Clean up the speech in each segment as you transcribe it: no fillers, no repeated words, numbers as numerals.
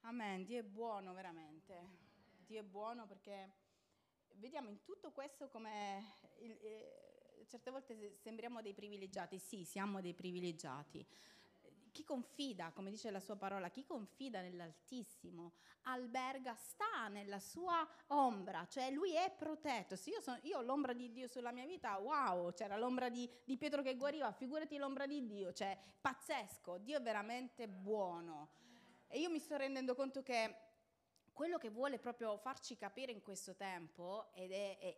Amen, Dio è buono veramente, Dio è buono perché vediamo in tutto questo come certe volte sembriamo dei privilegiati, sì, siamo dei privilegiati. Chi confida, come dice la sua parola, chi confida nell'Altissimo alberga, sta nella sua ombra, cioè lui è protetto. Se io ho l'ombra di Dio sulla mia vita, wow, c'era l'ombra di Pietro che guariva, figurati l'ombra di Dio, cioè pazzesco, Dio è veramente buono. E io mi sto rendendo conto che quello che vuole proprio farci capire in questo tempo, ed è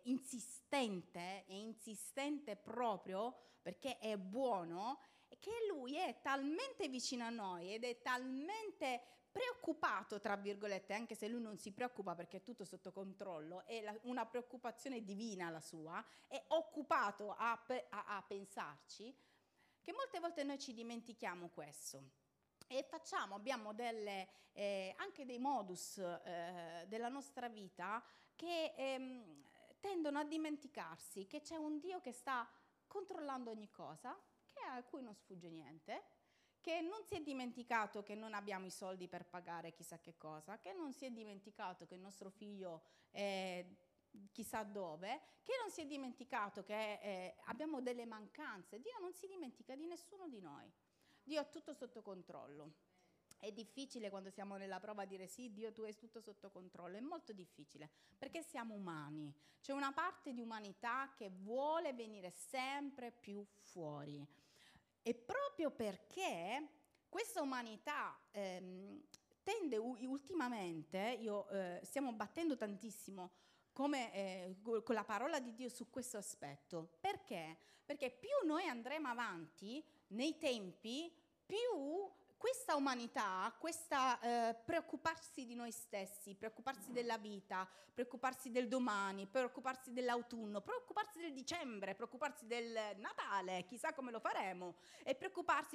insistente proprio perché è buono, è che lui è talmente vicino a noi ed è talmente preoccupato, tra virgolette, anche se lui non si preoccupa perché è tutto sotto controllo, è una preoccupazione divina la sua, è occupato a pensarci, che molte volte noi ci dimentichiamo questo. E abbiamo anche dei modus della nostra vita che tendono a dimenticarsi che c'è un Dio che sta controllando ogni cosa, a cui non sfugge niente, che non si è dimenticato che non abbiamo i soldi per pagare chissà che cosa, che non si è dimenticato che il nostro figlio è chissà dove, che non si è dimenticato che abbiamo delle mancanze. Dio non si dimentica di nessuno di noi. Dio ha tutto sotto controllo. È difficile quando siamo nella prova dire sì, Dio tu hai tutto sotto controllo, è molto difficile perché siamo umani, c'è una parte di umanità che vuole venire sempre più fuori e proprio perché questa umanità tende ultimamente, stiamo battendo tantissimo con la parola di Dio su questo aspetto, perché? Perché più noi andremo avanti nei tempi, più questa umanità, questa preoccuparsi di noi stessi, preoccuparsi della vita, preoccuparsi del domani, preoccuparsi dell'autunno, preoccuparsi del dicembre, preoccuparsi del Natale, chissà come lo faremo, e preoccuparsi,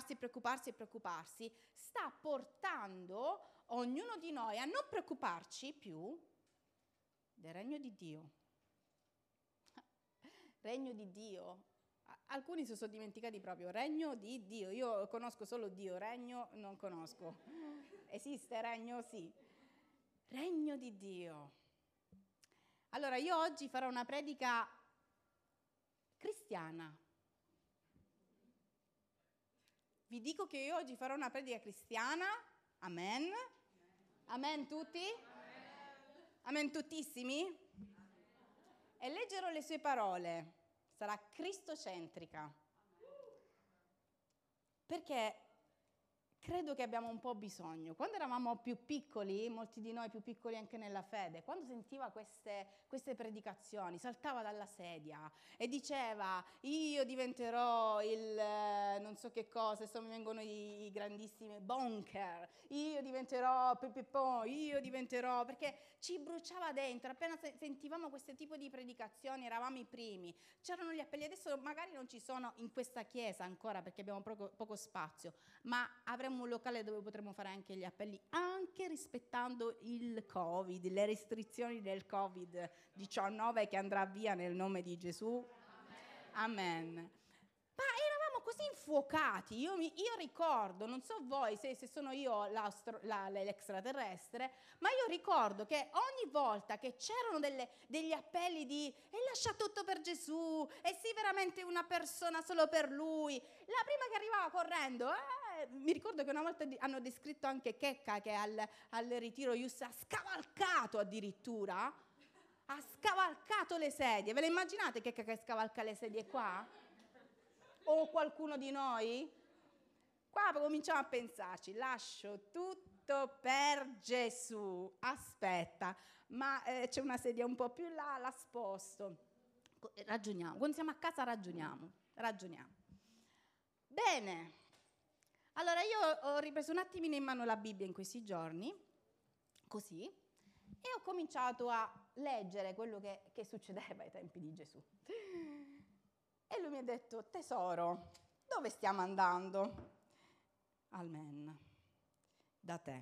sta portando ognuno di noi a non preoccuparci più del regno di Dio. Regno di Dio. Alcuni si sono dimenticati proprio, regno di Dio. Io conosco solo Dio, regno non conosco. Esiste regno? Sì. Regno di Dio. Allora, io oggi farò una predica cristiana. Vi dico che io oggi farò una predica cristiana. Amen. Amen tutti? Amen tuttissimi? E leggerò le sue parole. Sarà cristocentrica. Perché credo che abbiamo un po' bisogno. Quando eravamo più piccoli, molti di noi più piccoli anche nella fede, quando sentiva queste predicazioni, saltava dalla sedia e diceva io diventerò il non so che cosa, adesso mi vengono i grandissimi bonker, io diventerò pipipò, io diventerò, perché ci bruciava dentro. Appena sentivamo questo tipo di predicazioni eravamo i primi. C'erano gli appelli, adesso magari non ci sono in questa chiesa ancora perché abbiamo poco spazio, ma avremo un locale dove potremo fare anche gli appelli, anche rispettando il Covid, le restrizioni del Covid-19 che andrà via nel nome di Gesù. Amen. Ma eravamo così infuocati, io ricordo, non so voi se sono io l'extraterrestre, ma io ricordo che ogni volta che c'erano degli appelli di e lascia tutto per Gesù, e sii veramente una persona solo per Lui, la prima che arrivava correndo, mi ricordo che una volta hanno descritto anche Checca che al ritiro Ius ha scavalcato addirittura, ha scavalcato le sedie. Ve le immaginate Checca che scavalca le sedie qua? O qualcuno di noi? Qua cominciamo a pensarci, lascio tutto per Gesù, aspetta, ma c'è una sedia un po' più là, la sposto. Ragioniamo, quando siamo a casa ragioniamo. Bene, allora io ho ripreso un attimino in mano la Bibbia in questi giorni, così, e ho cominciato a leggere quello che succedeva ai tempi di Gesù. E lui mi ha detto, tesoro, dove stiamo andando? Amen. Da te.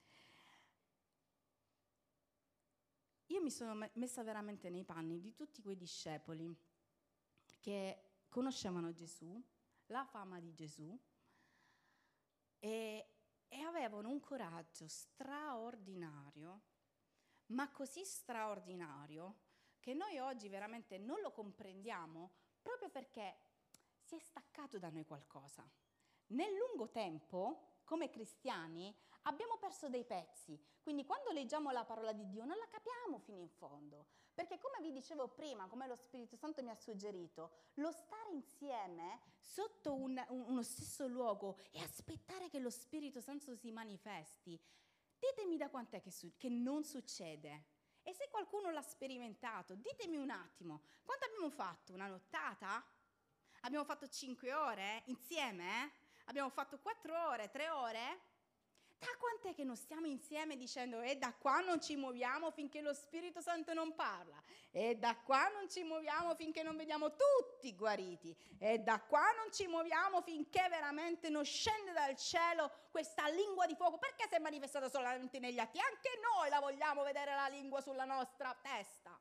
Io mi sono messa veramente nei panni di tutti quei discepoli che conoscevano Gesù, la fama di Gesù, e avevano un coraggio straordinario, ma così straordinario che noi oggi veramente non lo comprendiamo proprio perché si è staccato da noi qualcosa. Nel lungo tempo, come cristiani, abbiamo perso dei pezzi, quindi quando leggiamo la parola di Dio non la capiamo fino in fondo, perché come vi dicevo prima, come lo Spirito Santo mi ha suggerito, lo stare insieme sotto uno stesso luogo e aspettare che lo Spirito Santo si manifesti, ditemi da quant'è che non succede. E se qualcuno l'ha sperimentato, ditemi un attimo, quanto abbiamo fatto? Una nottata? Abbiamo fatto 5 ore insieme? Abbiamo fatto 4 ore, 3 ore? Da quant'è che non stiamo insieme dicendo e da qua non ci muoviamo finché lo Spirito Santo non parla, e da qua non ci muoviamo finché non vediamo tutti guariti, e da qua non ci muoviamo finché veramente non scende dal cielo questa lingua di fuoco, perché si è manifestata solamente negli atti? Anche noi la vogliamo vedere la lingua sulla nostra testa.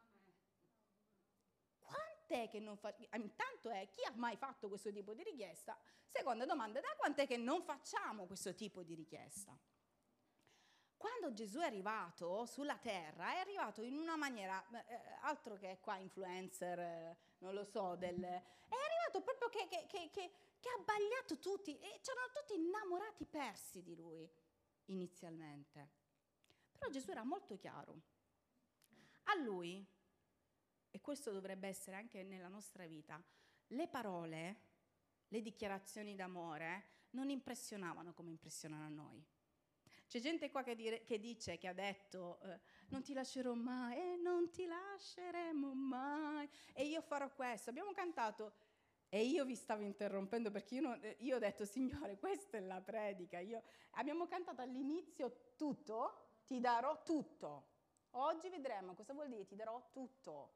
Quant'è che non fa? Intanto chi ha mai fatto questo tipo di richiesta? Seconda domanda, da quant'è che non facciamo questo tipo di richiesta? Quando Gesù è arrivato sulla terra, è arrivato in una maniera, altro che qua influencer, non lo so, è arrivato proprio che ha abbagliato tutti, e c'erano tutti innamorati persi di lui, inizialmente. Però Gesù era molto chiaro. A lui, e questo dovrebbe essere anche nella nostra vita, le parole, le dichiarazioni d'amore non impressionavano come impressionano a noi. C'è gente qua che dice, che ha detto non ti lascerò mai e non ti lasceremo mai e io farò questo. Abbiamo cantato e io vi stavo interrompendo perché io ho detto Signore, questa è la predica. Abbiamo cantato all'inizio tutto, ti darò tutto. Oggi vedremo cosa vuol dire ti darò tutto.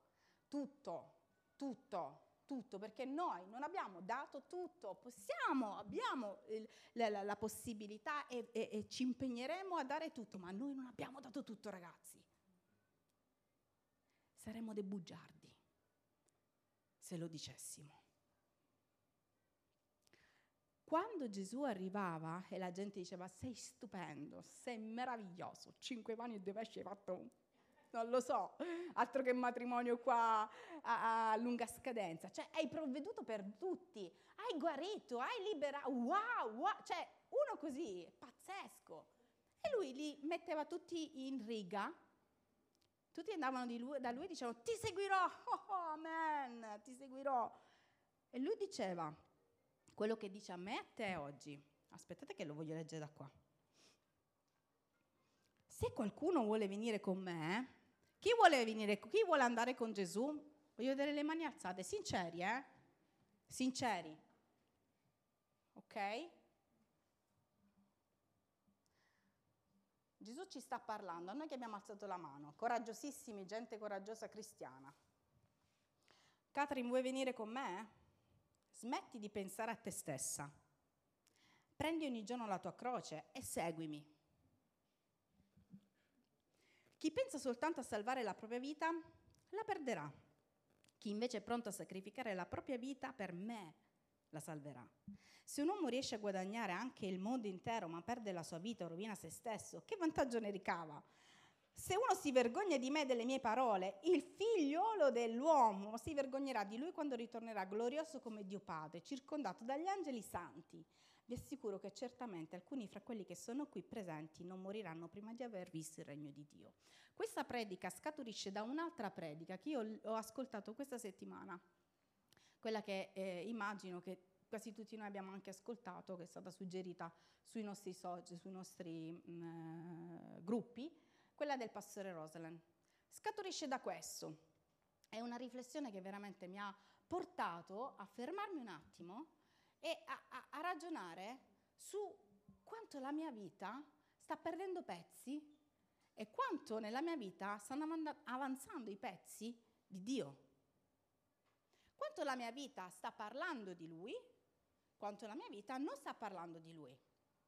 Tutto, perché noi non abbiamo dato tutto, abbiamo la possibilità e ci impegneremo a dare tutto, ma noi non abbiamo dato tutto, ragazzi. Saremmo dei bugiardi se lo dicessimo. Quando Gesù arrivava e la gente diceva sei stupendo, sei meraviglioso, 5 panni e 2 pesci hai fatto non lo so, altro che matrimonio qua a lunga scadenza, cioè hai provveduto per tutti, hai guarito, hai liberato, wow, cioè uno così, pazzesco. E lui li metteva tutti in riga, tutti andavano da lui e dicevano ti seguirò, oh, amen, ti seguirò. E lui diceva quello che dice a me e a te oggi. Aspettate che lo voglio leggere da qua. Se qualcuno vuole venire con me, chi vuole andare con Gesù? Voglio vedere le mani alzate, sinceri, Sinceri. Ok? Gesù ci sta parlando, a noi che abbiamo alzato la mano, coraggiosissimi, gente coraggiosa cristiana. Catherine, vuoi venire con me? Smetti di pensare a te stessa. Prendi ogni giorno la tua croce e seguimi. Chi pensa soltanto a salvare la propria vita, la perderà. Chi invece è pronto a sacrificare la propria vita per me, la salverà. Se un uomo riesce a guadagnare anche il mondo intero, ma perde la sua vita o rovina se stesso, che vantaggio ne ricava? Se uno si vergogna di me e delle mie parole, il figliolo dell'uomo si vergognerà di lui quando ritornerà glorioso come Dio Padre, circondato dagli angeli santi. Vi assicuro che certamente alcuni fra quelli che sono qui presenti non moriranno prima di aver visto il regno di Dio. Questa predica scaturisce da un'altra predica che io ho ascoltato questa settimana, quella che immagino che quasi tutti noi abbiamo anche ascoltato, che è stata suggerita sui nostri social, sui nostri gruppi, quella del pastore Rosalind. Scaturisce da questo. È una riflessione che veramente mi ha portato a fermarmi un attimo e a ragionare su quanto la mia vita sta perdendo pezzi e quanto nella mia vita stanno avanzando i pezzi di Dio. Quanto la mia vita sta parlando di Lui, quanto la mia vita non sta parlando di Lui.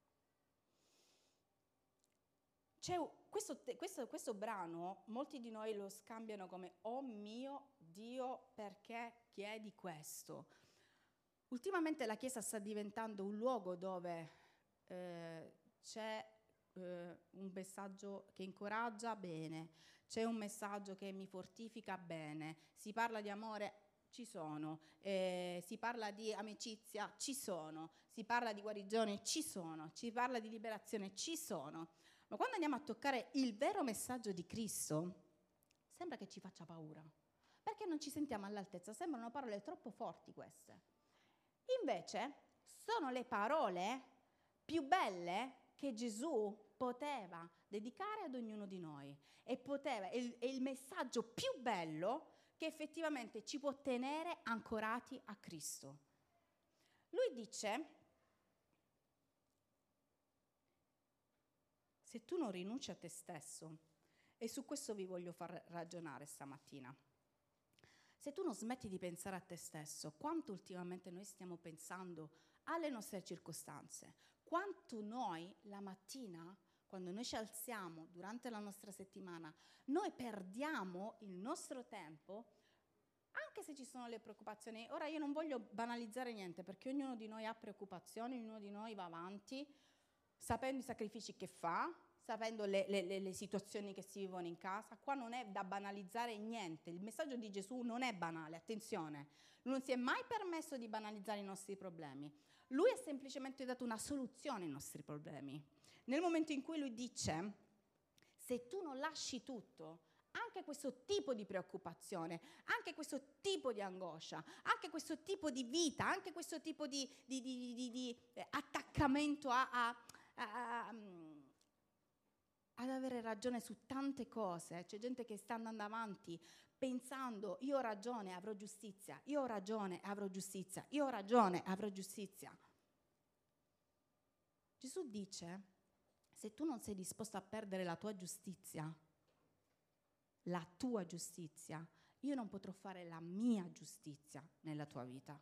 C'è questo brano, molti di noi lo scambiano come oh mio Dio, perché chiedi questo? Ultimamente la Chiesa sta diventando un luogo dove c'è un messaggio che incoraggia, bene, c'è un messaggio che mi fortifica, bene, si parla di amore, ci sono, si parla di amicizia, ci sono, si parla di guarigione, ci sono, si parla di liberazione, ci sono, ma quando andiamo a toccare il vero messaggio di Cristo sembra che ci faccia paura, perché non ci sentiamo all'altezza, sembrano parole troppo forti queste. Invece sono le parole più belle che Gesù poteva dedicare ad ognuno di noi, e è il messaggio più bello che effettivamente ci può tenere ancorati a Cristo. Lui dice: se tu non rinunci a te stesso, e su questo vi voglio far ragionare stamattina, se tu non smetti di pensare a te stesso, quanto ultimamente noi stiamo pensando alle nostre circostanze, quanto noi la mattina, quando noi ci alziamo durante la nostra settimana, noi perdiamo il nostro tempo, anche se ci sono le preoccupazioni. Ora io non voglio banalizzare niente, perché ognuno di noi ha preoccupazioni, ognuno di noi va avanti, sapendo i sacrifici che fa, sapendo le situazioni che si vivono in casa. Qua non è da banalizzare niente, il messaggio di Gesù non è banale, attenzione, lui non si è mai permesso di banalizzare i nostri problemi, lui ha semplicemente dato una soluzione ai nostri problemi. Nel momento in cui lui dice: se tu non lasci tutto, anche questo tipo di preoccupazione, anche questo tipo di angoscia, anche questo tipo di vita, anche questo tipo di attaccamento ad avere ragione su tante cose. C'è gente che sta andando avanti pensando: io ho ragione, avrò giustizia, io ho ragione, avrò giustizia, io ho ragione, avrò giustizia. Gesù dice: se tu non sei disposto a perdere la tua giustizia, io non potrò fare la mia giustizia nella tua vita.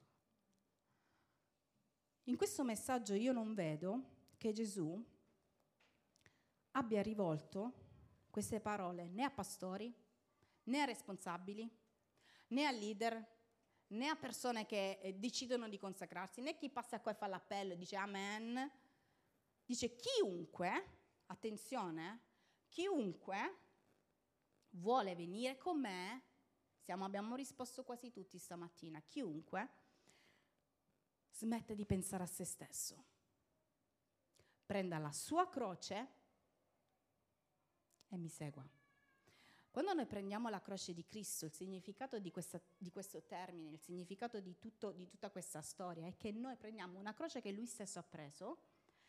In questo messaggio io non vedo che Gesù abbia rivolto queste parole né a pastori, né a responsabili, né a leader, né a persone che decidono di consacrarsi, né chi passa qua e fa l'appello e dice amen. Dice: chiunque, attenzione, chiunque vuole venire con me, abbiamo risposto quasi tutti stamattina, chiunque smette di pensare a se stesso, prenda la sua croce e mi segua. Quando noi prendiamo la croce di Cristo, il significato di questo termine, il significato di tutta questa storia è che noi prendiamo una croce che Lui stesso ha preso,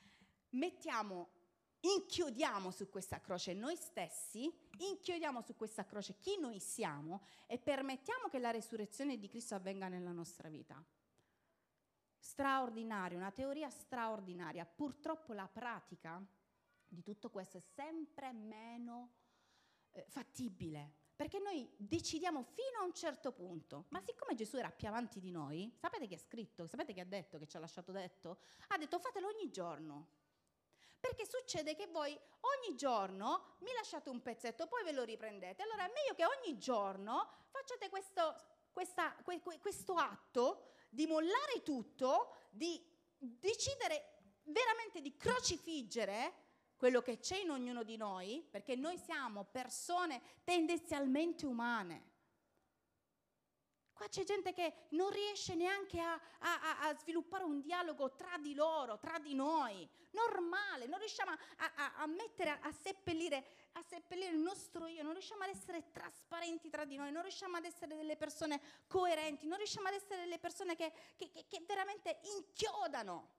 inchiodiamo su questa croce noi stessi, inchiodiamo su questa croce chi noi siamo e permettiamo che la resurrezione di Cristo avvenga nella nostra vita. Straordinario, una teoria straordinaria. Purtroppo la pratica di tutto questo è sempre meno fattibile, perché noi decidiamo fino a un certo punto, ma siccome Gesù era più avanti di noi, sapete che ha scritto, sapete che ha detto, che ci ha lasciato detto? Ha detto: fatelo ogni giorno, perché succede che voi ogni giorno mi lasciate un pezzetto, poi ve lo riprendete, allora è meglio che ogni giorno facciate questo atto di mollare tutto, di decidere veramente di crocifiggere quello che c'è in ognuno di noi, perché noi siamo persone tendenzialmente umane. Qua c'è gente che non riesce neanche a sviluppare un dialogo tra di loro, tra di noi, normale, non riusciamo a seppellire il nostro io, non riusciamo ad essere trasparenti tra di noi, non riusciamo ad essere delle persone coerenti, non riusciamo ad essere delle persone che veramente inchiodano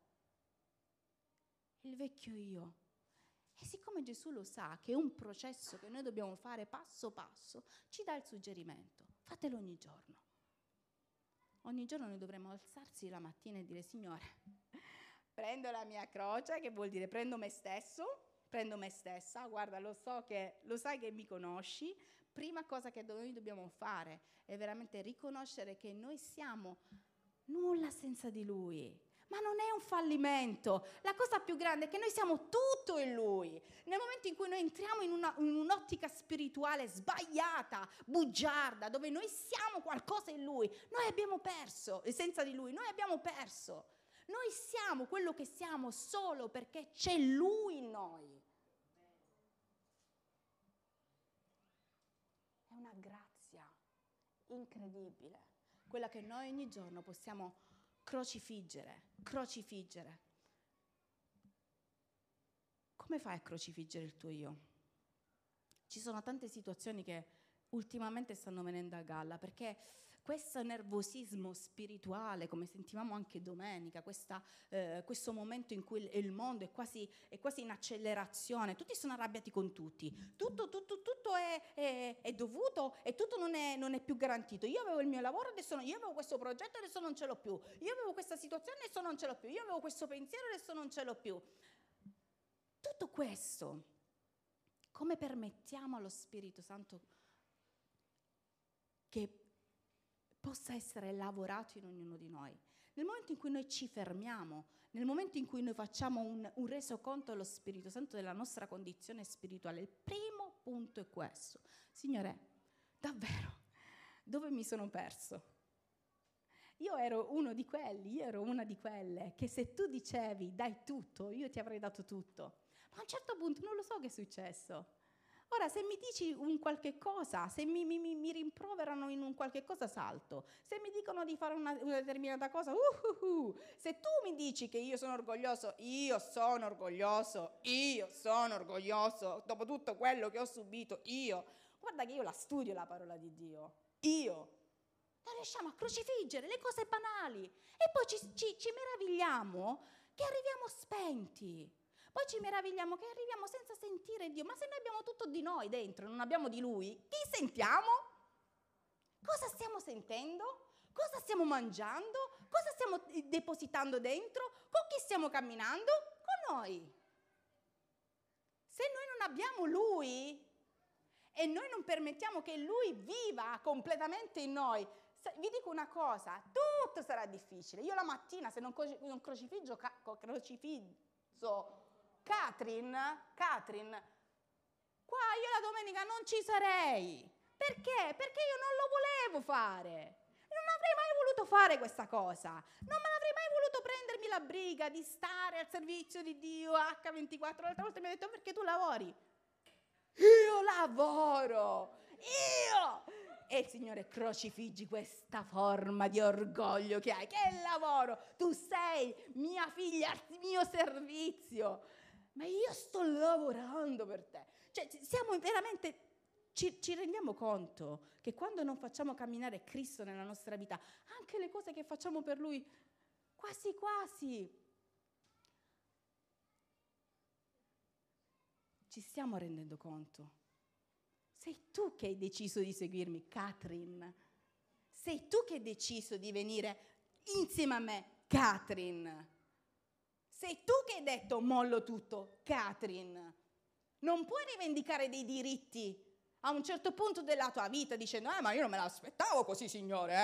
il vecchio io. E siccome Gesù lo sa che è un processo che noi dobbiamo fare passo passo, ci dà il suggerimento: fatelo ogni giorno. Ogni giorno noi dovremmo alzarsi la mattina e dire: Signore, prendo la mia croce, che vuol dire prendo me stesso, prendo me stessa, guarda, lo sai che mi conosci. Prima cosa che noi dobbiamo fare è veramente riconoscere che noi siamo nulla senza di Lui. Ma non è un fallimento. La cosa più grande è che noi siamo tutto in Lui. Nel momento in cui noi entriamo in un'ottica spirituale sbagliata, bugiarda, dove noi siamo qualcosa in Lui, noi abbiamo perso, e senza di Lui noi abbiamo perso. Noi siamo quello che siamo solo perché c'è Lui in noi. È una grazia incredibile, quella che noi ogni giorno possiamo crocifiggere. Come fai a crocifiggere il tuo io? Ci sono tante situazioni che ultimamente stanno venendo a galla, perché questo nervosismo spirituale, come sentivamo anche domenica, questo momento in cui il mondo è quasi in accelerazione, tutti sono arrabbiati con tutti, tutto è dovuto e tutto non è più garantito. Io avevo il mio lavoro, io avevo questo progetto, adesso non ce l'ho più. Io avevo questa situazione, adesso non ce l'ho più. Io avevo questo pensiero, adesso non ce l'ho più. Tutto questo, come permettiamo allo Spirito Santo che possa essere lavorato in ognuno di noi? Nel momento in cui noi ci fermiamo, nel momento in cui noi facciamo un resoconto allo Spirito Santo della nostra condizione spirituale, il primo punto è questo: Signore, davvero, dove mi sono perso? Io ero una di quelle che se tu dicevi dai tutto, io ti avrei dato tutto. Ma a un certo punto non lo so che è successo. Ora, se mi dici un qualche cosa, se mi rimproverano in un qualche cosa, salto. Se mi dicono di fare una determinata cosa, se tu mi dici che io sono orgoglioso, dopo tutto quello che ho subito, guarda che io la studio la parola di Dio, noi riusciamo a crocifiggere le cose banali e poi ci meravigliamo che arriviamo spenti. Poi ci meravigliamo che arriviamo senza sentire Dio. Ma se noi abbiamo tutto di noi dentro, non abbiamo di Lui, chi sentiamo? Cosa stiamo sentendo? Cosa stiamo mangiando? Cosa stiamo depositando dentro? Con chi stiamo camminando? Con noi. Se noi non abbiamo Lui e noi non permettiamo che Lui viva completamente in noi, vi dico una cosa, tutto sarà difficile. Io la mattina, se non crocifiggo Catherine, qua io la domenica non ci sarei. Perché? Perché io non lo volevo fare. Non avrei mai voluto fare questa cosa. Non me l'avrei mai voluto prendermi la briga di stare al servizio di Dio H24. L'altra volta mi ha detto: perché tu lavori? Io lavoro! E il Signore: crocifiggi questa forma di orgoglio che hai. Che lavoro? Tu sei mia figlia al mio servizio. Ma io sto lavorando per te. Cioè, siamo veramente, ci rendiamo conto che quando non facciamo camminare Cristo nella nostra vita, anche le cose che facciamo per Lui, quasi ci stiamo rendendo conto. Sei tu che hai deciso di seguirmi, Catherine. Sei tu che hai deciso di venire insieme a me, Catherine. Sei tu che hai detto mollo tutto, Catherine. Non puoi rivendicare dei diritti a un certo punto della tua vita dicendo: ma io non me l'aspettavo così, Signore.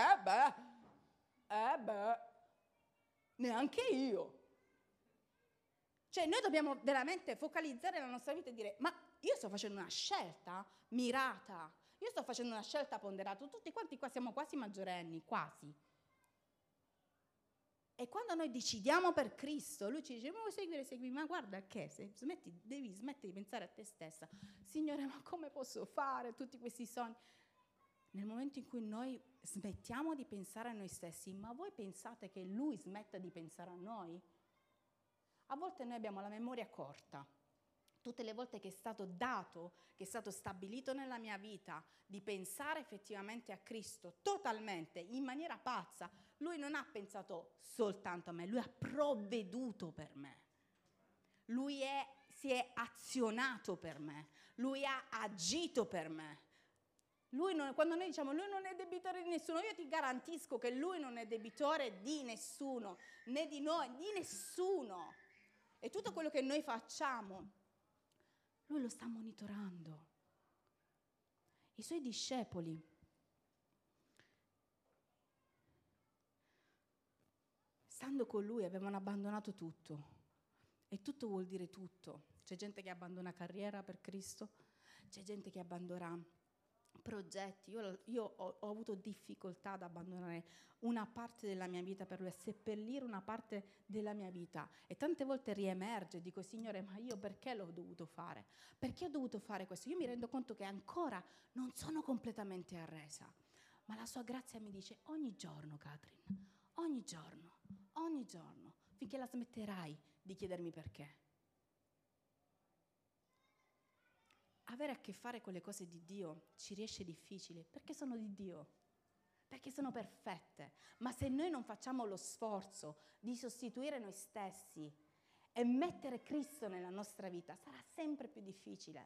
Neanche io. Cioè, noi dobbiamo veramente focalizzare la nostra vita e dire: ma io sto facendo una scelta mirata, io sto facendo una scelta ponderata. Tutti quanti qua siamo quasi maggiorenni, quasi. E quando noi decidiamo per Cristo, Lui ci dice: ma vuoi segui, ma guarda che devi smettere di pensare a te stessa. Signore, ma come posso fare tutti questi sogni? Nel momento in cui noi smettiamo di pensare a noi stessi, ma voi pensate che Lui smetta di pensare a noi? A volte noi abbiamo la memoria corta. Tutte le volte che è stato dato, che è stato stabilito nella mia vita di pensare effettivamente a Cristo totalmente, in maniera pazza, Lui non ha pensato soltanto a me, Lui ha provveduto per me. Lui si è azionato per me, Lui ha agito per me. Quando noi diciamo Lui non è debitore di nessuno, io ti garantisco che Lui non è debitore di nessuno, né di noi, di nessuno. E tutto quello che noi facciamo, Lui lo sta monitorando. I Suoi discepoli stando con Lui avevano abbandonato tutto. E tutto vuol dire tutto. C'è gente che abbandona carriera per Cristo, c'è gente che abbandona progetti. Io ho avuto difficoltà ad abbandonare una parte della mia vita per lui, a seppellire una parte della mia vita, e tante volte riemerge e dico: Signore, ma io perché l'ho dovuto fare? Perché ho dovuto fare questo? Io mi rendo conto che ancora non sono completamente arresa, ma la sua grazia mi dice: ogni giorno, Katrin, ogni giorno, finché la smetterai di chiedermi perché. Avere a che fare con le cose di Dio ci riesce difficile perché sono di Dio, perché sono perfette, ma se noi non facciamo lo sforzo di sostituire noi stessi e mettere Cristo nella nostra vita, sarà sempre più difficile.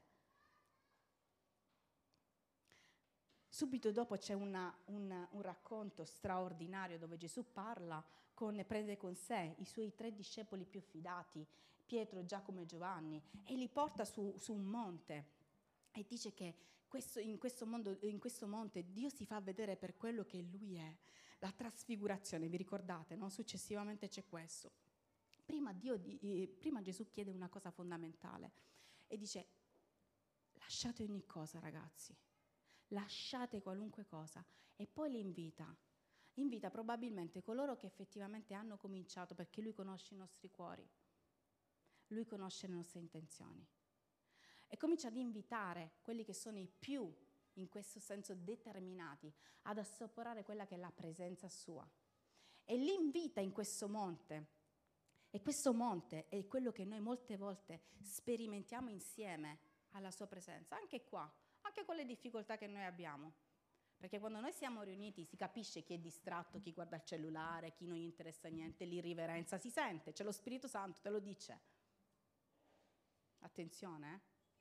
Subito dopo c'è un racconto straordinario dove Gesù prende con sé i suoi 3 discepoli più fidati, Pietro, Giacomo e Giovanni, e li porta su un monte. E dice che in questo monte Dio si fa vedere per quello che Lui è. La trasfigurazione, vi ricordate, no? Successivamente c'è questo. Prima Gesù chiede una cosa fondamentale e dice: lasciate ogni cosa, ragazzi, lasciate qualunque cosa, e poi li invita probabilmente coloro che effettivamente hanno cominciato, perché Lui conosce i nostri cuori, Lui conosce le nostre intenzioni. E comincia ad invitare quelli che sono i più, in questo senso, determinati ad assaporare quella che è la presenza sua. E li invita in questo monte. E questo monte è quello che noi molte volte sperimentiamo insieme alla sua presenza, anche qua, anche con le difficoltà che noi abbiamo. Perché quando noi siamo riuniti si capisce chi è distratto, chi guarda il cellulare, chi non gli interessa niente, l'irriverenza, si sente, c'è lo Spirito Santo, te lo dice. Attenzione,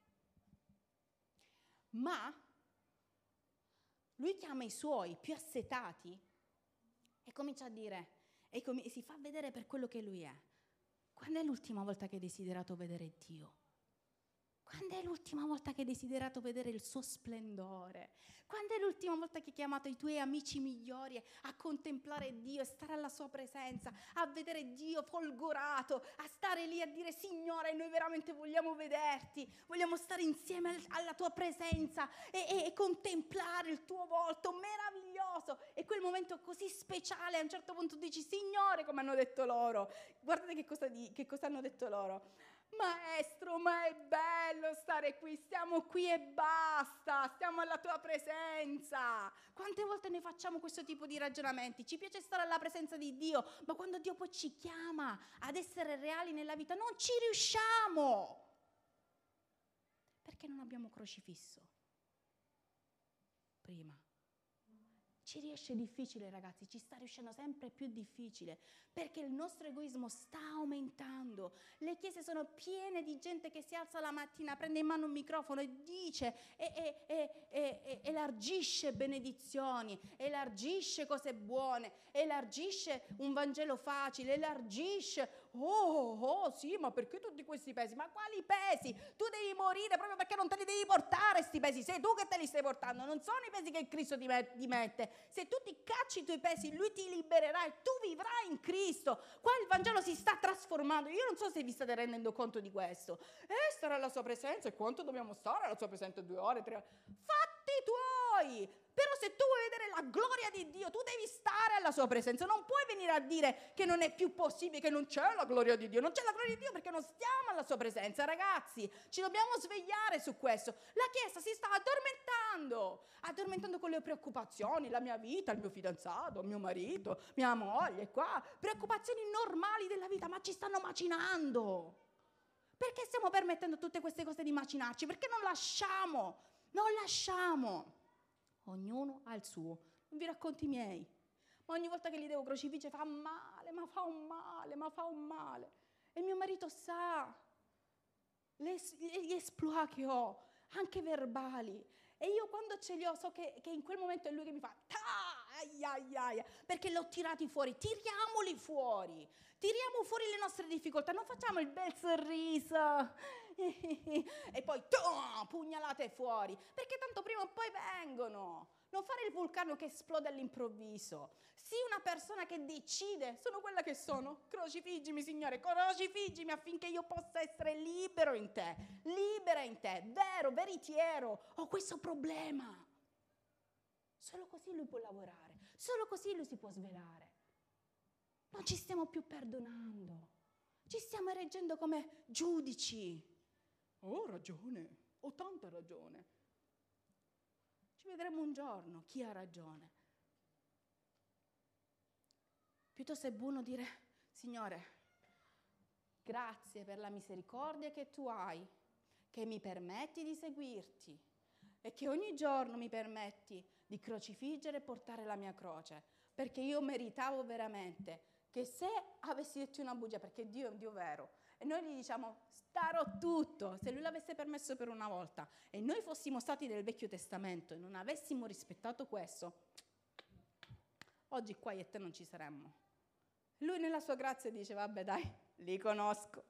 Ma lui chiama i suoi più assetati e comincia a dire, e si fa vedere per quello che lui è. Quando è l'ultima volta che hai desiderato vedere Dio? Quando è l'ultima volta che hai desiderato vedere il suo splendore? Quando è l'ultima volta che hai chiamato i tuoi amici migliori a contemplare Dio, a stare alla sua presenza, a vedere Dio folgorato, a stare lì a dire: Signore, noi veramente vogliamo vederti, vogliamo stare insieme alla tua presenza e contemplare il tuo volto meraviglioso. E quel momento così speciale, a un certo punto dici: Signore, come hanno detto loro, guardate che cosa hanno detto loro. Maestro, ma è bello stare qui, stiamo qui e basta, stiamo alla tua presenza. Quante volte noi facciamo questo tipo di ragionamenti? Ci piace stare alla presenza di Dio, ma quando Dio poi ci chiama ad essere reali nella vita non ci riusciamo, perché non abbiamo crocifisso prima. Ci riesce difficile, ragazzi, ci sta riuscendo sempre più difficile, perché il nostro egoismo sta aumentando. Le chiese sono piene di gente che si alza la mattina, prende in mano un microfono e dice, elargisce benedizioni, elargisce cose buone, elargisce un Vangelo facile, elargisce, sì, ma perché tutti questi pesi? Ma quali pesi? Tu devi morire proprio perché non te li devi portare sti pesi, sei tu che te li stai portando, non sono i pesi che Cristo ti mette. Se tu ti cacci i tuoi pesi, Lui ti libererà e tu vivrai in Cristo. Qua il Vangelo si sta trasformando. Io non so se vi state rendendo conto di questo. Stare alla sua presenza, e quanto dobbiamo stare alla sua presenza? 2 ore, 3 ore? Fatti tuoi! Però se tu vuoi vedere la gloria di Dio, tu devi stare alla sua presenza. Non puoi venire a dire che non è più possibile, che non c'è la gloria di Dio. Non c'è la gloria di Dio perché non stiamo alla sua presenza, ragazzi. Ci dobbiamo svegliare su questo. La Chiesa si sta addormentando con le preoccupazioni, la mia vita, il mio fidanzato, mio marito, mia moglie, qua. Preoccupazioni normali della vita, ma ci stanno macinando. Perché stiamo permettendo tutte queste cose di macinarci? Perché non lasciamo. Ognuno ha il suo, non vi racconti i miei, ma ogni volta che li devo crocifiggere fa un male. E mio marito sa gli esploit che ho, anche verbali, e io quando ce li ho so che in quel momento è lui che mi fa perché l'ho tirati fuori. Tiriamoli fuori, tiriamo fuori le nostre difficoltà, non facciamo il bel sorriso e poi pugnalate fuori, perché tanto prima o poi vengono. Non fare il vulcano che esplode all'improvviso. Sii una persona che decide: sono quella che sono, crocifiggimi, Signore, crocifiggimi affinché io possa essere libera in te, vero, veritiero. Ho questo problema, Solo così lui può lavorare, solo così lui si può svelare. Non ci stiamo più perdonando, ci stiamo ereggendo come giudici. Ho ragione, ho tanta ragione. Ci vedremo un giorno chi ha ragione. Piuttosto è buono dire: Signore, grazie per la misericordia che tu hai, che mi permetti di seguirti e che ogni giorno mi permetti di crocifiggere e portare la mia croce, perché io meritavo veramente che se avessi detto una bugia, perché Dio è un Dio vero, e noi gli diciamo starò tutto, se lui l'avesse permesso per una volta e noi fossimo stati del Vecchio Testamento e non avessimo rispettato questo, oggi qua io e te non ci saremmo. Lui nella sua grazia dice: vabbè dai, li conosco,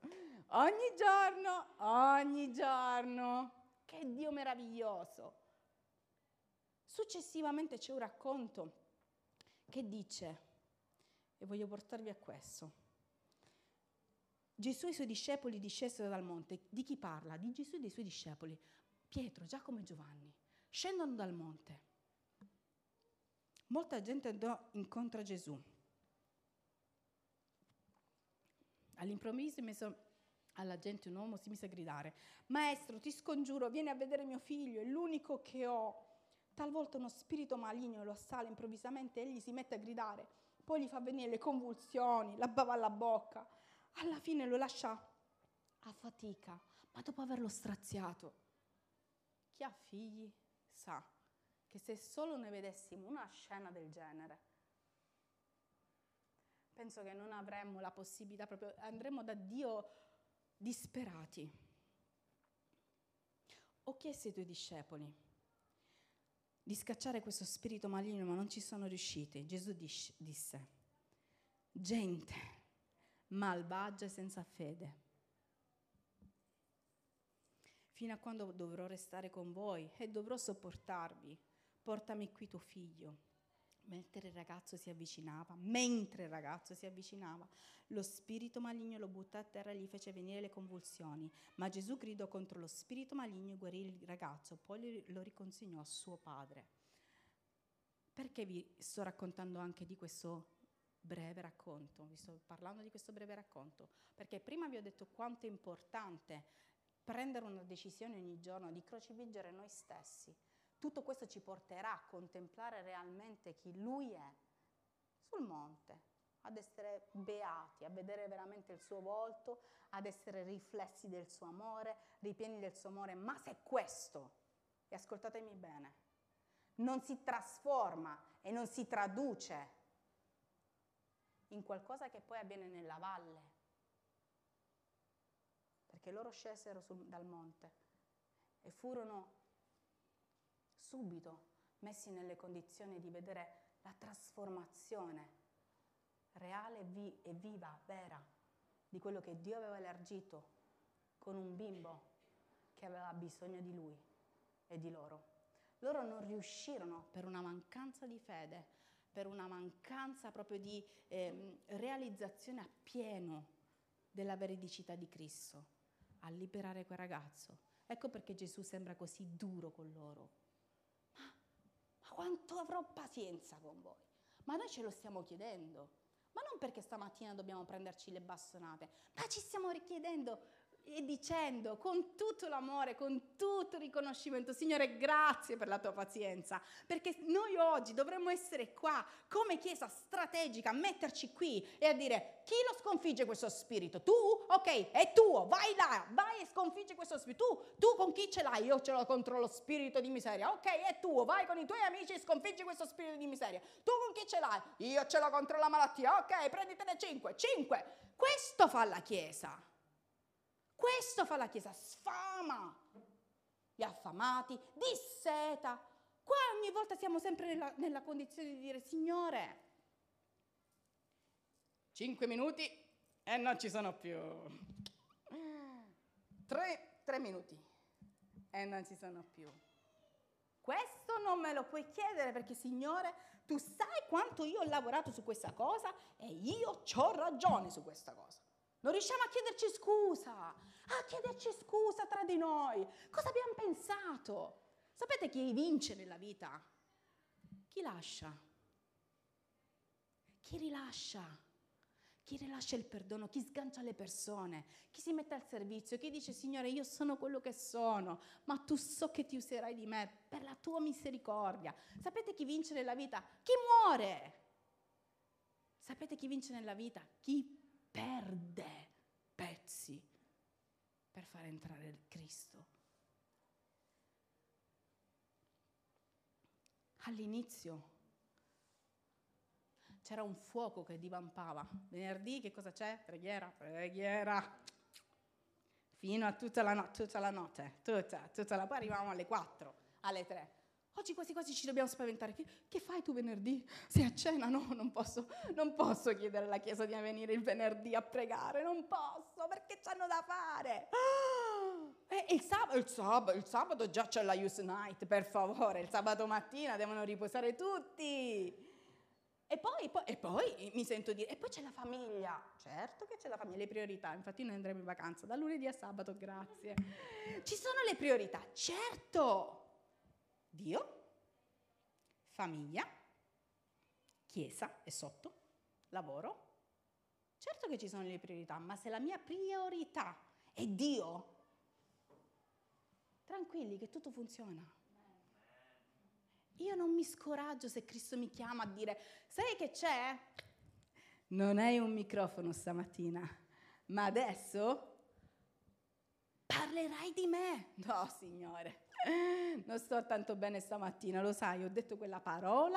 ogni giorno, che Dio meraviglioso. Successivamente c'è un racconto che dice, e voglio portarvi a questo: Gesù e i suoi discepoli discesero dal monte. Di chi parla? Di Gesù e dei suoi discepoli, Pietro, Giacomo e Giovanni, scendono dal monte. Molta gente andò incontro a Gesù. All'improvviso in mezzo alla gente un uomo si mise a gridare: Maestro, ti scongiuro, vieni a vedere mio figlio, è l'unico che ho. Talvolta uno spirito maligno lo assale improvvisamente, egli si mette a gridare, poi gli fa venire le convulsioni, la bava alla bocca. Alla fine lo lascia a fatica, ma dopo averlo straziato. Chi ha figli sa che se solo noi vedessimo una scena del genere, penso che non avremmo la possibilità, proprio andremmo da Dio disperati. Ho chiesto ai tuoi discepoli di scacciare questo spirito maligno, ma non ci sono riusciti. Gesù disse: gente malvagia e senza fede, fino a quando dovrò restare con voi e dovrò sopportarvi? Portami qui tuo figlio. Mentre il ragazzo si avvicinava, lo spirito maligno lo buttò a terra e gli fece venire le convulsioni. Ma Gesù gridò contro lo spirito maligno e guarì il ragazzo, poi lo riconsegnò a suo padre. Perché vi sto raccontando anche di questo breve racconto? Vi sto parlando di questo breve racconto perché prima vi ho detto quanto è importante prendere una decisione ogni giorno di crocifiggere noi stessi. Tutto questo ci porterà a contemplare realmente chi Lui è sul monte, ad essere beati, a vedere veramente il suo volto, ad essere riflessi del suo amore, ripieni del suo amore. Ma se questo, e ascoltatemi bene, non si trasforma e non si traduce in qualcosa che poi avviene nella valle, perché loro scesero dal monte e furono subito messi nelle condizioni di vedere la trasformazione reale e viva, vera, di quello che Dio aveva elargito con un bimbo che aveva bisogno di Lui e di loro. Loro non riuscirono, per una mancanza di fede, per una mancanza proprio di realizzazione appieno della veridicità di Cristo, a liberare quel ragazzo. Ecco perché Gesù sembra così duro con loro. Ma quanto avrò pazienza con voi? Ma noi ce lo stiamo chiedendo. Ma non perché stamattina dobbiamo prenderci le bastonate, ma ci stiamo richiedendo e dicendo con tutto l'amore, con tutto il riconoscimento: Signore, grazie per la tua pazienza, perché noi oggi dovremmo essere qua come chiesa strategica, metterci qui e a dire: chi lo sconfigge questo spirito? Tu? Ok, è tuo, vai là, vai e sconfiggi questo spirito. Tu con chi ce l'hai? Io ce l'ho contro lo spirito di miseria. Ok, è tuo, vai con i tuoi amici e sconfiggi questo spirito di miseria. Tu con chi ce l'hai? Io ce l'ho contro la malattia. Ok, prenditene 5. Questo fa la chiesa. Questo fa la chiesa, sfama gli affamati, disseta. Qua ogni volta siamo sempre nella condizione di dire: Signore, 5 minuti e non ci sono più. 3 minuti e non ci sono più. Questo non me lo puoi chiedere, perché Signore, tu sai quanto io ho lavorato su questa cosa e io c'ho ragione su questa cosa. Non riusciamo a chiederci scusa tra di noi. Cosa abbiamo pensato? Sapete chi vince nella vita? Chi lascia? Chi rilascia? Chi rilascia il perdono, chi sgancia le persone, chi si mette al servizio, chi dice Signore io sono quello che sono, ma tu so che ti userai di me per la tua misericordia. Sapete chi vince nella vita? Chi muore. Sapete chi vince nella vita? Chi perde pezzi per far entrare il Cristo. All'inizio c'era un fuoco che divampava. Venerdì che cosa c'è? Preghiera. Fino a tutta la notte. Poi arrivavamo alle 4, alle 3. Oggi quasi quasi ci dobbiamo spaventare. Che fai tu venerdì? Sei a cena? No, non posso chiedere alla Chiesa di venire il venerdì a pregare. Non posso, perché c'hanno da fare. Il sabato già c'è la Youth Night, per favore. Il sabato mattina devono riposare tutti. E poi mi sento dire, e poi c'è la famiglia. Certo che c'è la famiglia, le priorità. Infatti noi andremo in vacanza da lunedì a sabato, grazie. Ci sono le priorità, certo. Dio, famiglia, chiesa e sotto, lavoro. Certo che ci sono le priorità, ma se la mia priorità è Dio, tranquilli che tutto funziona. Io non mi scoraggio se Cristo mi chiama a dire, sai che c'è? Non hai un microfono stamattina, ma adesso parlerai di me. No, Signore, non sto tanto bene stamattina, lo sai, ho detto quella parola,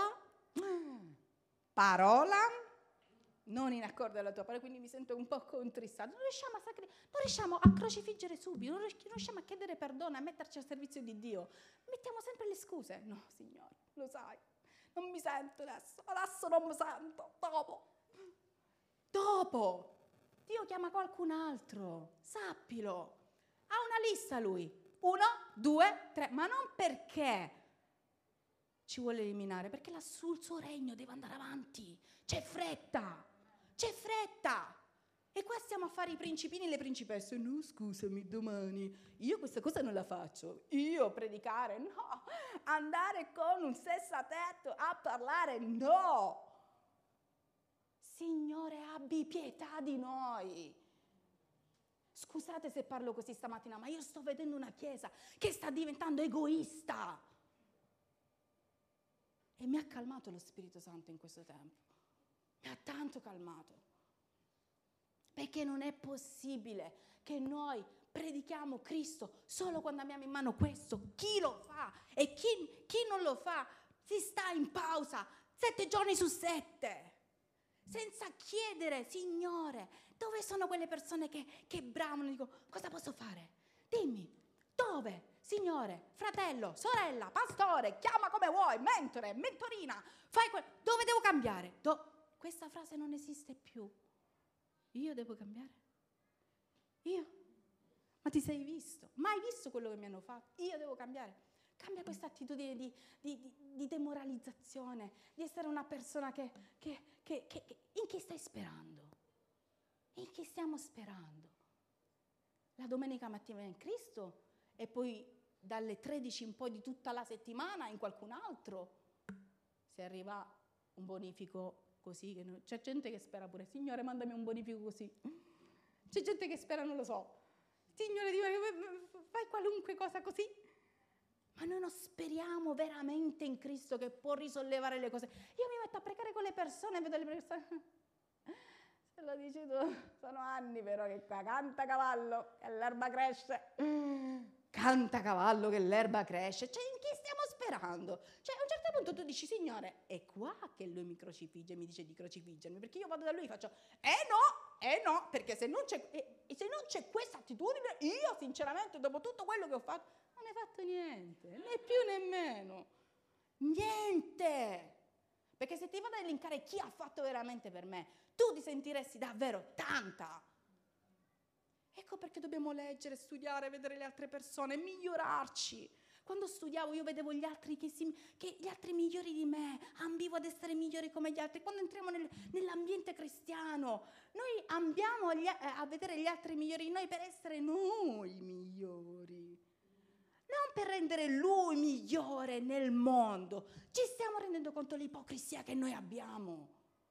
non in accordo alla tua parola, quindi mi sento un po' contristata. Non riusciamo a crocifiggere subito, non riusciamo a chiedere perdono, a metterci al servizio di Dio. Mettiamo sempre le scuse. No, Signore, lo sai, non mi sento adesso non mi sento, dopo. Dio chiama qualcun altro, sappilo. Ha una lista lui, 1, 2, 3, ma non perché ci vuole eliminare, perché lassù il suo regno deve andare avanti, c'è fretta. E qua stiamo a fare i principini e le principesse. No, scusami, domani io questa cosa non la faccio. Io predicare, no. Andare con un sessatetto a parlare, no. Signore, abbi pietà di noi. Scusate se parlo così stamattina, ma io sto vedendo una chiesa che sta diventando egoista. E mi ha calmato lo Spirito Santo in questo tempo. Mi ha tanto calmato. Perché non è possibile che noi predichiamo Cristo solo quando abbiamo in mano questo. Chi lo fa? E chi non lo fa si sta in pausa 7 giorni su 7. Senza chiedere, Signore, dove sono quelle persone che bramano? Dico, cosa posso fare? Dimmi, dove? Signore, fratello, sorella, pastore, chiama come vuoi, mentore, mentorina, dove devo cambiare? Questa frase non esiste più. Io devo cambiare? Io? Ma ti sei visto? Mai visto quello che mi hanno fatto? Io devo cambiare? Cambia questa attitudine di demoralizzazione, di essere una persona che in chi stai sperando? In chi stiamo sperando? La domenica mattina in Cristo e poi dalle 13 in poi di tutta la settimana in qualcun altro? Se arriva un bonifico così, c'è gente che spera pure, Signore mandami un bonifico così. C'è gente che spera, non lo so. Signore, fai qualunque cosa così. Ma noi non speriamo veramente in Cristo che può risollevare le cose. Io mi metto a pregare con le persone, vedo le persone. Se lo dici tu, sono anni però che qua canta cavallo che l'erba cresce. Canta cavallo che l'erba cresce. Cioè, in chi stiamo sperando? Cioè, a un certo punto tu dici, Signore, è qua che lui mi crocifigge, mi dice di crocifiggermi, perché io vado da lui e faccio, no, perché se non c'è questa attitudine, io sinceramente, dopo tutto quello che ho fatto, non hai fatto niente, né più né meno. Niente. Perché se ti vado a elencare chi ha fatto veramente per me, tu ti sentiresti davvero tanta. Ecco perché dobbiamo leggere, studiare, vedere le altre persone, migliorarci. Quando studiavo io vedevo gli altri gli altri migliori di me, ambivo ad essere migliori come gli altri. Quando entriamo nell'ambiente cristiano, noi ambiamo a vedere gli altri migliori di noi per essere noi migliori. Non per rendere Lui migliore nel mondo. Ci stiamo rendendo conto dell'ipocrisia che noi abbiamo?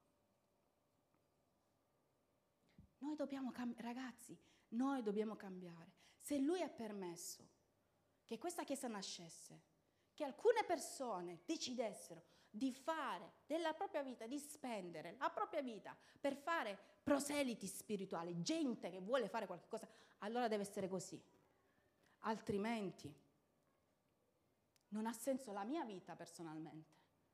Noi dobbiamo ragazzi, noi dobbiamo cambiare. Se Lui ha permesso che questa Chiesa nascesse, che alcune persone decidessero di fare della propria vita, di spendere la propria vita per fare proseliti spirituali, gente che vuole fare qualche cosa, allora deve essere così. Altrimenti non ha senso la mia vita personalmente.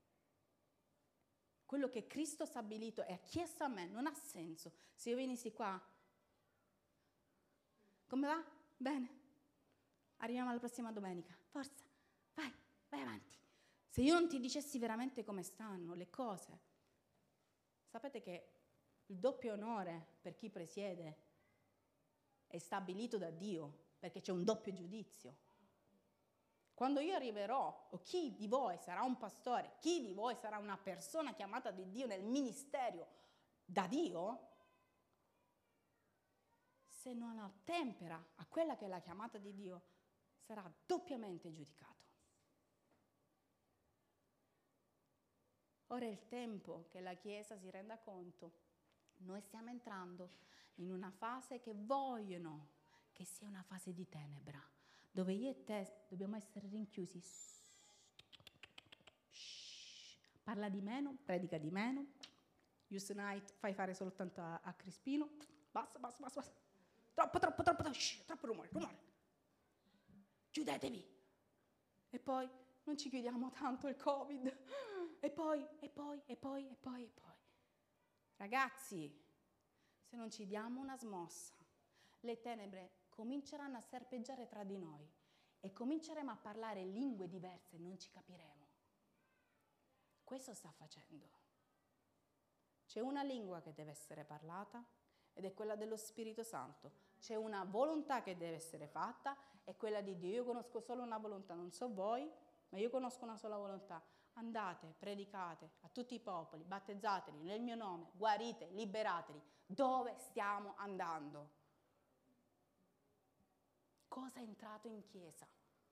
Quello che Cristo ha stabilito e ha chiesto a me non ha senso. Se io venissi qua, come va? Bene. Arriviamo alla prossima domenica. Forza, vai avanti. Se io non ti dicessi veramente come stanno le cose, sapete che il doppio onore per chi presiede è stabilito da Dio, perché c'è un doppio giudizio. Quando io arriverò, o chi di voi sarà un pastore, chi di voi sarà una persona chiamata di Dio nel ministero da Dio, se non ottempera a quella che è la chiamata di Dio, sarà doppiamente giudicato. Ora è il tempo che la Chiesa si renda conto. Noi stiamo entrando in una fase che vogliono che sia una fase di tenebra, dove io e te dobbiamo essere rinchiusi. Parla di meno, predica di meno. Use night, fai fare soltanto a Crispino. Basta. Troppo rumore. Chiudetevi. E poi non ci chiudiamo tanto il Covid. E poi. Ragazzi, se non ci diamo una smossa, le tenebre cominceranno a serpeggiare tra di noi e cominceremo a parlare lingue diverse e non ci capiremo. Questo sta facendo. C'è una lingua che deve essere parlata ed è quella dello Spirito Santo. C'è una volontà che deve essere fatta, è quella di Dio. Io conosco solo una volontà, non so voi, ma io conosco una sola volontà. Andate, predicate a tutti i popoli, battezzateli nel mio nome, guarite, liberateli. Dove stiamo andando? Cosa è entrato in chiesa?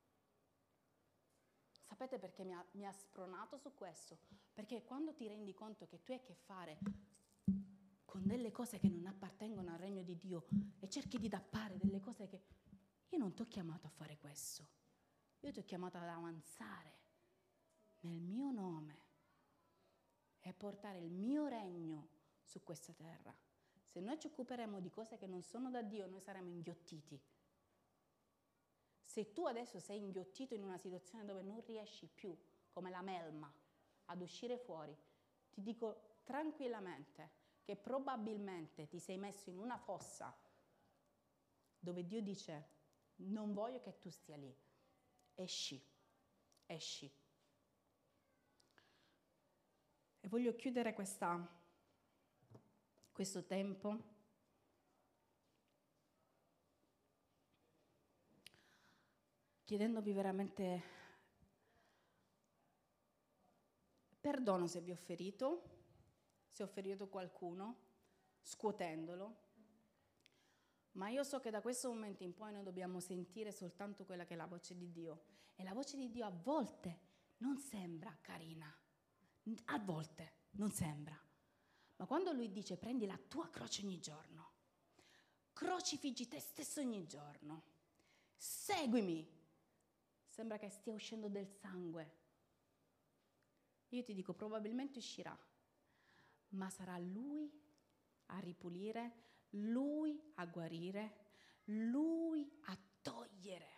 Sapete perché mi ha spronato su questo? Perché quando ti rendi conto che tu hai a che fare con delle cose che non appartengono al regno di Dio e cerchi di tappare delle cose che... Io non ti ho chiamato a fare questo. Io ti ho chiamato ad avanzare nel mio nome e a portare il mio regno su questa terra. Se noi ci occuperemo di cose che non sono da Dio, noi saremo inghiottiti. Se tu adesso sei inghiottito in una situazione dove non riesci più, come la melma, ad uscire fuori, ti dico tranquillamente che probabilmente ti sei messo in una fossa dove Dio dice non voglio che tu stia lì, esci. E voglio chiudere questo tempo chiedendovi veramente perdono se vi ho ferito, se ho ferito qualcuno, scuotendolo, ma io so che da questo momento in poi noi dobbiamo sentire soltanto quella che è la voce di Dio. E la voce di Dio a volte non sembra carina, a volte non sembra, ma quando Lui dice prendi la tua croce ogni giorno, crocifiggi te stesso ogni giorno, seguimi, sembra che stia uscendo del sangue. Io ti dico, probabilmente uscirà, ma sarà Lui a ripulire, Lui a guarire, Lui a togliere.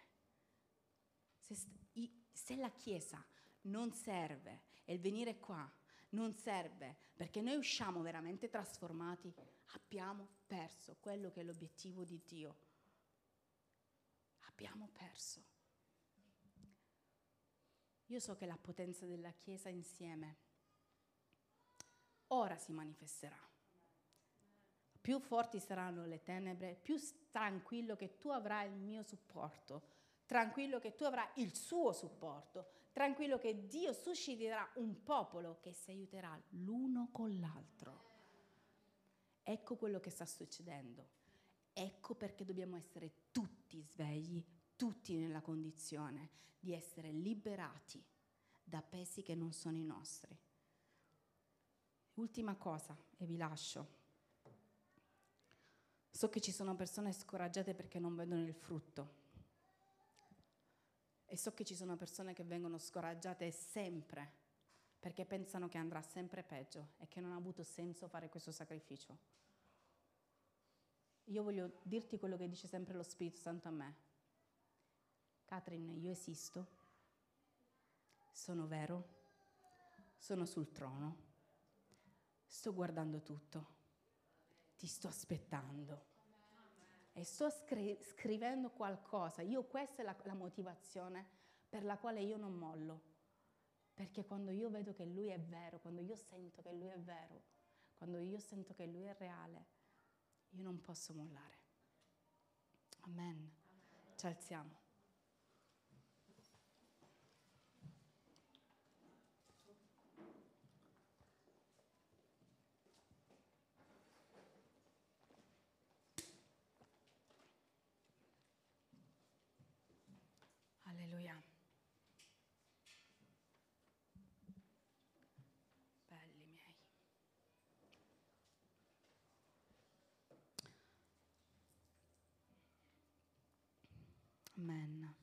Se la Chiesa non serve e il venire qua non serve perché noi usciamo veramente trasformati, abbiamo perso quello che è l'obiettivo di Dio. Abbiamo perso. Io so che la potenza della Chiesa insieme ora si manifesterà. Più forti saranno le tenebre, più tranquillo che tu avrai il mio supporto, tranquillo che tu avrai il suo supporto, tranquillo che Dio susciterà un popolo che si aiuterà l'uno con l'altro. Ecco quello che sta succedendo. Ecco perché dobbiamo essere tutti svegli, tutti nella condizione di essere liberati da pesi che non sono i nostri. Ultima cosa, e vi lascio. So che ci sono persone scoraggiate perché non vedono il frutto. E so che ci sono persone che vengono scoraggiate sempre perché pensano che andrà sempre peggio e che non ha avuto senso fare questo sacrificio. Io voglio dirti quello che dice sempre lo Spirito Santo a me. Catherine, io esisto, sono vero, sono sul trono, sto guardando tutto, ti sto aspettando e sto scrivendo qualcosa. Io questa è la motivazione per la quale io non mollo, perché quando io vedo che Lui è vero, quando io sento che Lui è vero, quando io sento che Lui è reale, io non posso mollare. Amen. Ci alziamo. Alleluia. Belli miei. Amen.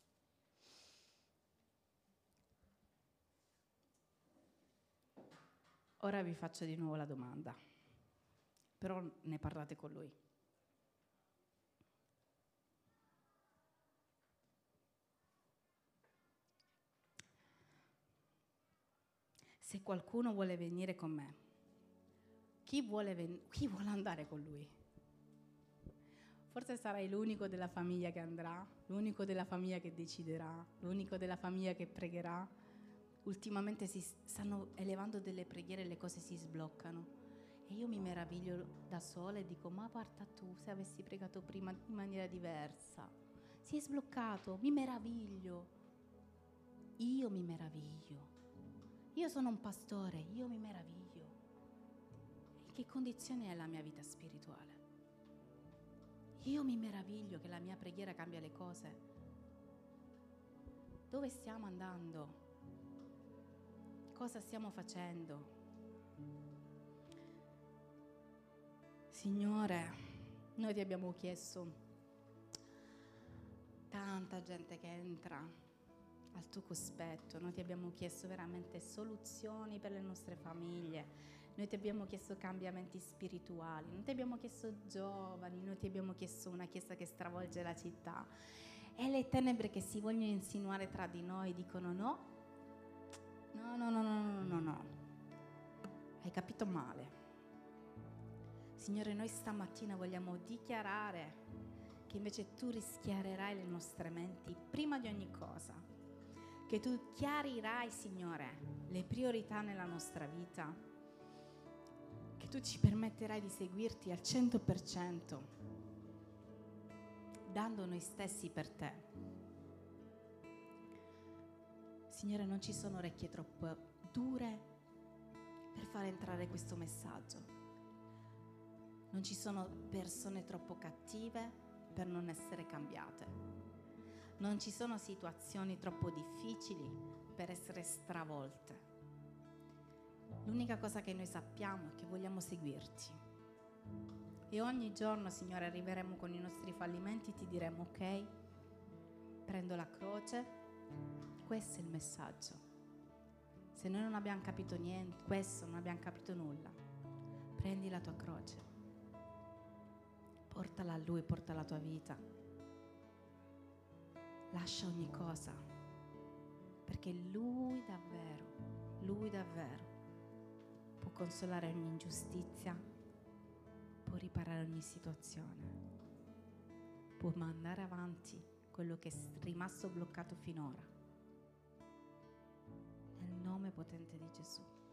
Ora vi faccio di nuovo la domanda, però ne parlate con Lui. Se qualcuno vuole venire con me, chi vuole andare con Lui? Forse sarai l'unico della famiglia che andrà, l'unico della famiglia che deciderà, l'unico della famiglia che pregherà. Ultimamente si stanno elevando delle preghiere e le cose si sbloccano. E io mi meraviglio da sola e dico, ma parta tu, se avessi pregato prima in maniera diversa. Si è sbloccato, mi meraviglio. Io mi meraviglio. Io sono un pastore, io mi meraviglio. In che condizione è la mia vita spirituale? Io mi meraviglio che la mia preghiera cambia le cose. Dove stiamo andando? Cosa stiamo facendo? Signore, noi ti abbiamo chiesto, tanta gente che entra al tuo cospetto, noi ti abbiamo chiesto veramente soluzioni per le nostre famiglie, noi ti abbiamo chiesto cambiamenti spirituali, noi ti abbiamo chiesto giovani, noi ti abbiamo chiesto una chiesa che stravolge la città. E le tenebre che si vogliono insinuare tra di noi dicono no, no. Hai capito male. Signore, noi stamattina vogliamo dichiarare che invece tu rischiarerai le nostre menti prima di ogni cosa, che tu chiarirai, Signore, le priorità nella nostra vita, che tu ci permetterai di seguirti al 100%, dando noi stessi per te. Signore, non ci sono orecchie troppo dure per far entrare questo messaggio. Non ci sono persone troppo cattive per non essere cambiate. Non ci sono situazioni troppo difficili per essere stravolte. L'unica cosa che noi sappiamo è che vogliamo seguirti. E ogni giorno, Signore, arriveremo con i nostri fallimenti e ti diremo, ok, prendo la croce, questo è il messaggio. Se noi non abbiamo capito niente, questo non abbiamo capito nulla, prendi la tua croce, portala a Lui, porta la tua vita, lascia ogni cosa, perché Lui davvero può consolare ogni ingiustizia, può riparare ogni situazione, può mandare avanti quello che è rimasto bloccato finora. Nel nome potente di Gesù.